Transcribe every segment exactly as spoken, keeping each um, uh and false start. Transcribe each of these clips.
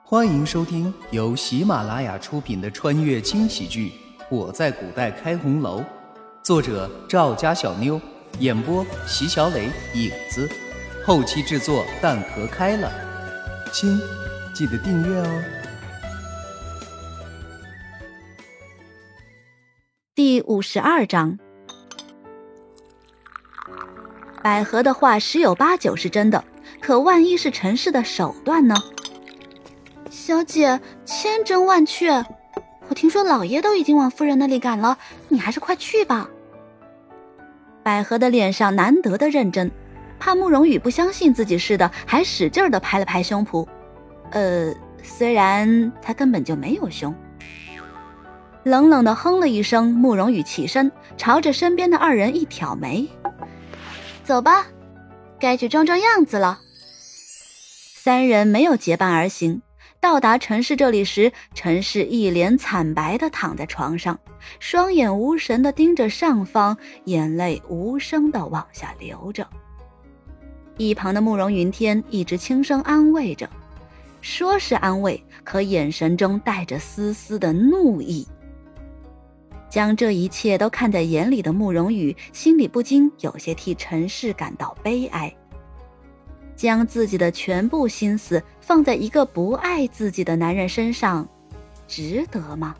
欢迎收听由喜马拉雅出品的穿越轻喜剧《我在古代开红楼》，作者赵家小妞，演播席小磊、影子，后期制作蛋壳开了。亲，记得订阅哦。 第五十二章，百合的话十有八九是真的，可万一是陈氏的手段呢？小姐，千真万确，我听说老爷都已经往夫人那里赶了，你还是快去吧。百合的脸上难得的认真，怕慕容羽不相信自己似的，还使劲地拍了拍胸脯。呃，虽然他根本就没有胸。冷冷地哼了一声，慕容羽起身，朝着身边的二人一挑眉：走吧，该去装装样子了。三人没有结伴而行，到达陈氏这里时，陈氏一脸惨白地躺在床上，双眼无神地盯着上方，眼泪无声地往下流着。一旁的慕容云天一直轻声安慰着，说是安慰，可眼神中带着丝丝的怒意。将这一切都看在眼里的慕容羽心里不禁有些替陈氏感到悲哀。将自己的全部心思放在一个不爱自己的男人身上，值得吗？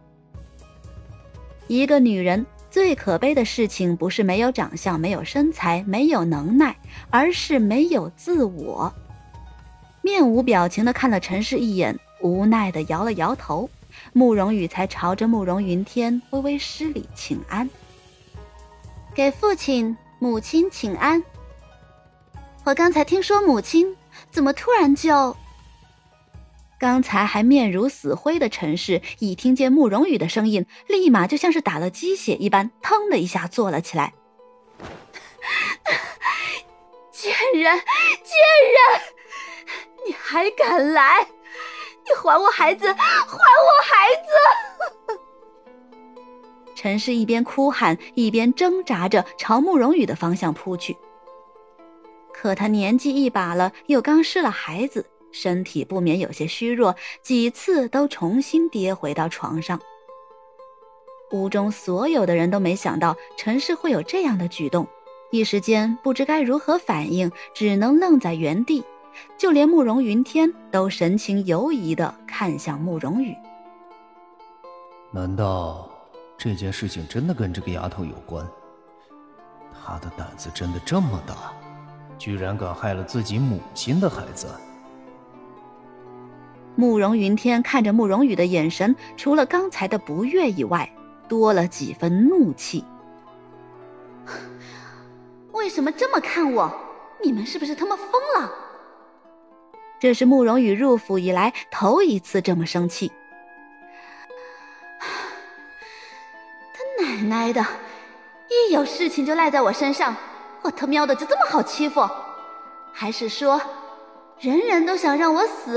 一个女人最可悲的事情不是没有长相、没有身材、没有能耐，而是没有自我。面无表情地看了陈氏一眼，无奈地摇了摇头，慕容羽才朝着慕容云天微微施礼请安。给父亲母亲请安。我刚才听说母亲怎么突然就……刚才还面如死灰的陈氏一听见慕容羽的声音，立马就像是打了鸡血一般，腾的一下坐了起来。贱人，贱人，你还敢来？你还我孩子，还我孩子！陈氏一边哭喊，一边挣扎着朝慕容羽的方向扑去。可他年纪一把了，又刚失了孩子，身体不免有些虚弱，几次都重新跌回到床上。屋中所有的人都没想到陈氏会有这样的举动，一时间不知该如何反应，只能愣在原地。就连慕容云天都神情犹疑地看向慕容羽。 难道这件事情真的跟这个丫头有关？她的胆子真的这么大，居然敢害了自己母亲的孩子。 慕容云天看着慕容羽的眼神，除了刚才的不悦以外，多了几分怒气。为什么这么看我？你们是不是他妈疯了？这是慕容羽入府以来头一次这么生气。他奶奶的，一有事情就赖在我身上，我他喵的就这么好欺负？还是说人人都想让我死？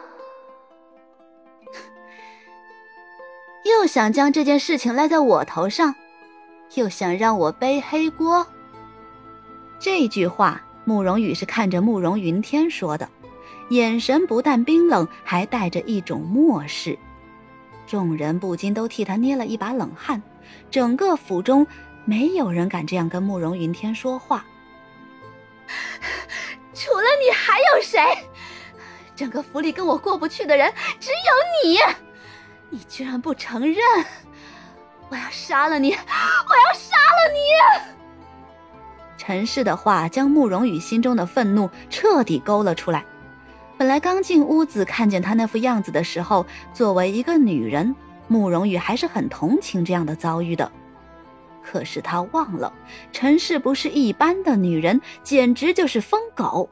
又想将这件事情赖在我头上，又想让我背黑锅？这句话慕容羽是看着慕容云天说的，眼神不但冰冷，还带着一种漠视。众人不禁都替他捏了一把冷汗，整个府中没有人敢这样跟慕容云天说话。除了你还有谁？整个府里跟我过不去的人只有你，你居然不承认！我要杀了你，我要杀了你！陈氏的话将慕容羽心中的愤怒彻底勾了出来。本来刚进屋子看见他那副样子的时候，作为一个女人，慕容羽还是很同情这样的遭遇的。可是他忘了，陈氏不是一般的女人，简直就是疯狗。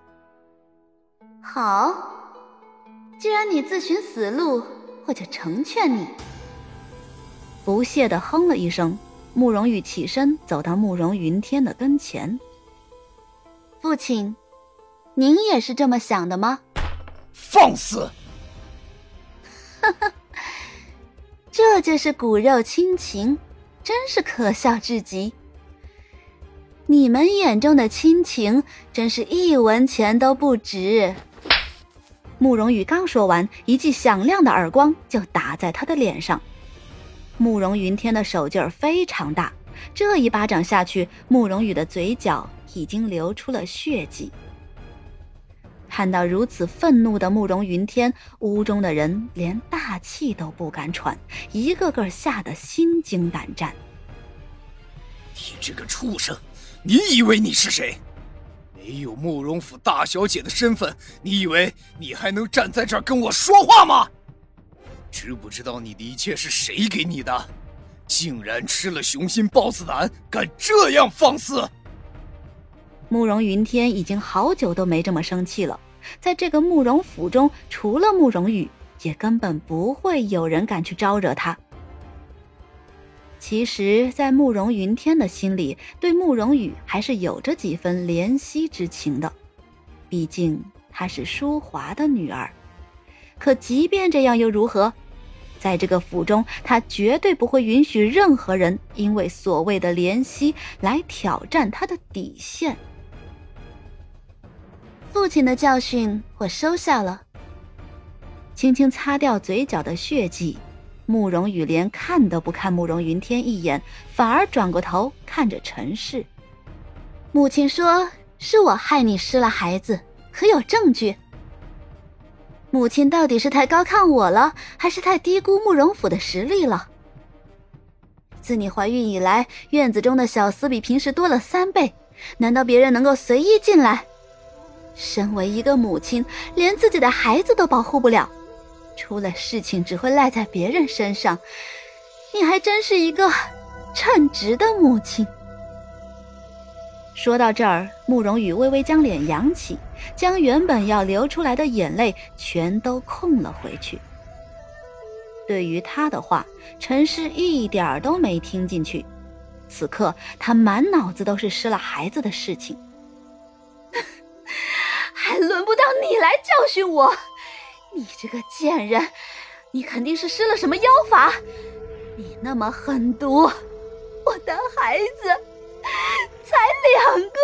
好，既然你自寻死路，我就成全你。不屑地哼了一声，慕容羽起身走到慕容云天的跟前。父亲，您也是这么想的吗？ 放肆！ 这就是骨肉亲情，真是可笑至极。你们眼中的亲情，真是一文钱都不值。 慕容羽刚说完，一记响亮的耳光就打在他的脸上。慕容云天的手劲儿非常大，这一巴掌下去，慕容羽的嘴角已经流出了血迹。看到如此愤怒的慕容云天，屋中的人连大气都不敢喘，一个个吓得心惊胆战。 你这个畜生，你以为你是谁？没有慕容府大小姐的身份，你以为你还能站在这儿跟我说话吗？知不知道你的一切是谁给你的？竟然吃了雄心豹子胆，敢这样放肆！ 慕容云天已经好久都没这么生气了，在这个慕容府中，除了慕容羽，也根本不会有人敢去招惹他。其实在慕容云天的心里，对慕容羽还是有着几分怜惜之情的，毕竟她是舒华的女儿。可即便这样又如何？在这个府中，他绝对不会允许任何人因为所谓的怜惜来挑战他的底线。父亲的教训我收下了。轻轻擦掉嘴角的血迹，慕容羽连看都不看慕容云天一眼，反而转过头看着陈氏。母亲说是我害你失了孩子，可有证据？母亲到底是太高看我了，还是太低估慕容府的实力了？自你怀孕以来，院子中的小厮比平时多了三倍，难道别人能够随意进来？身为一个母亲，连自己的孩子都保护不了，出了事情只会赖在别人身上，你还真是一个称职的母亲。说到这儿，慕容羽微微将脸扬起，将原本要流出来的眼泪全都控了回去。对于他的话，陈氏一点都没听进去，此刻他满脑子都是失了孩子的事情。还轮不到你来教训我，你这个贱人，你肯定是施了什么妖法，你那么狠毒，我的孩子才两个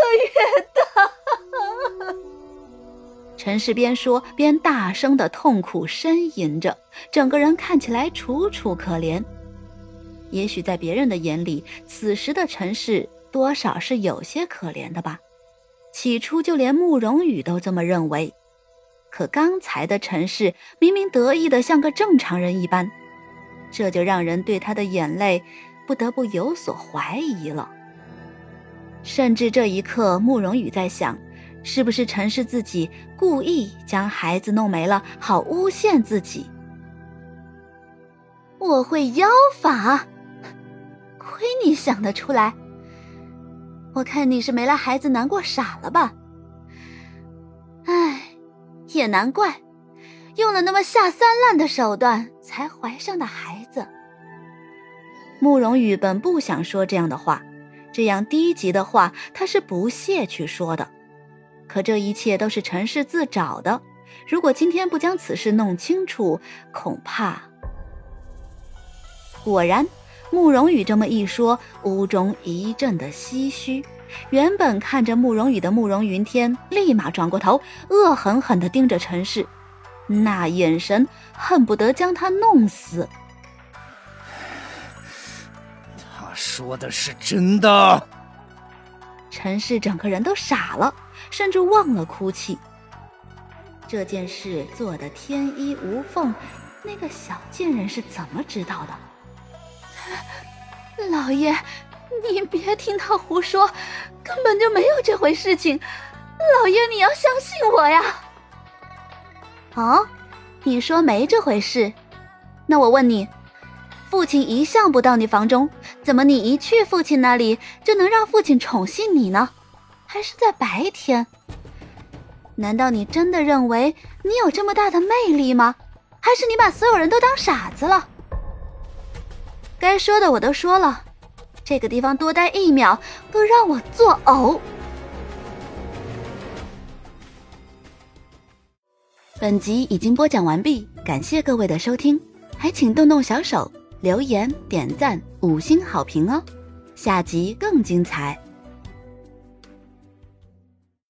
月大。陈氏边说边大声的痛苦呻吟着，整个人看起来楚楚可怜。也许在别人的眼里，此时的陈氏多少是有些可怜的吧，起初就连慕容羽都这么认为。可刚才的陈氏明明得意的像个正常人一般，这就让人对他的眼泪不得不有所怀疑了。甚至这一刻，慕容羽在想，是不是陈氏自己故意将孩子弄没了，好诬陷自己。我会妖法，亏你想得出来。我看你是没了孩子难过傻了吧。唉，也难怪，用了那么下三滥的手段才怀上的孩子。慕容羽本不想说这样的话，这样低级的话他是不屑去说的，可这一切都是陈氏自找的，如果今天不将此事弄清楚，恐怕……果然，慕容羽这么一说，屋中一阵的唏嘘。原本看着慕容羽的慕容云天立马转过头，恶狠狠地盯着陈氏，那眼神恨不得将他弄死。 他说的是真的？ 陈氏整个人都傻了，甚至忘了哭泣。这件事做得天衣无缝，那个小贱人是怎么知道的？老爷，你别听他胡说，根本就没有这回事情。老爷，你要相信我呀。哦，你说没这回事？那我问你，父亲一向不到你房中，怎么你一去父亲那里就能让父亲宠幸你呢？还是在白天？难道你真的认为你有这么大的魅力吗？还是你把所有人都当傻子了？该说的我都说了，这个地方多待一秒都让我作呕。本集已经播讲完毕，感谢各位的收听，还请动动小手留言点赞五星好评哦，下集更精彩。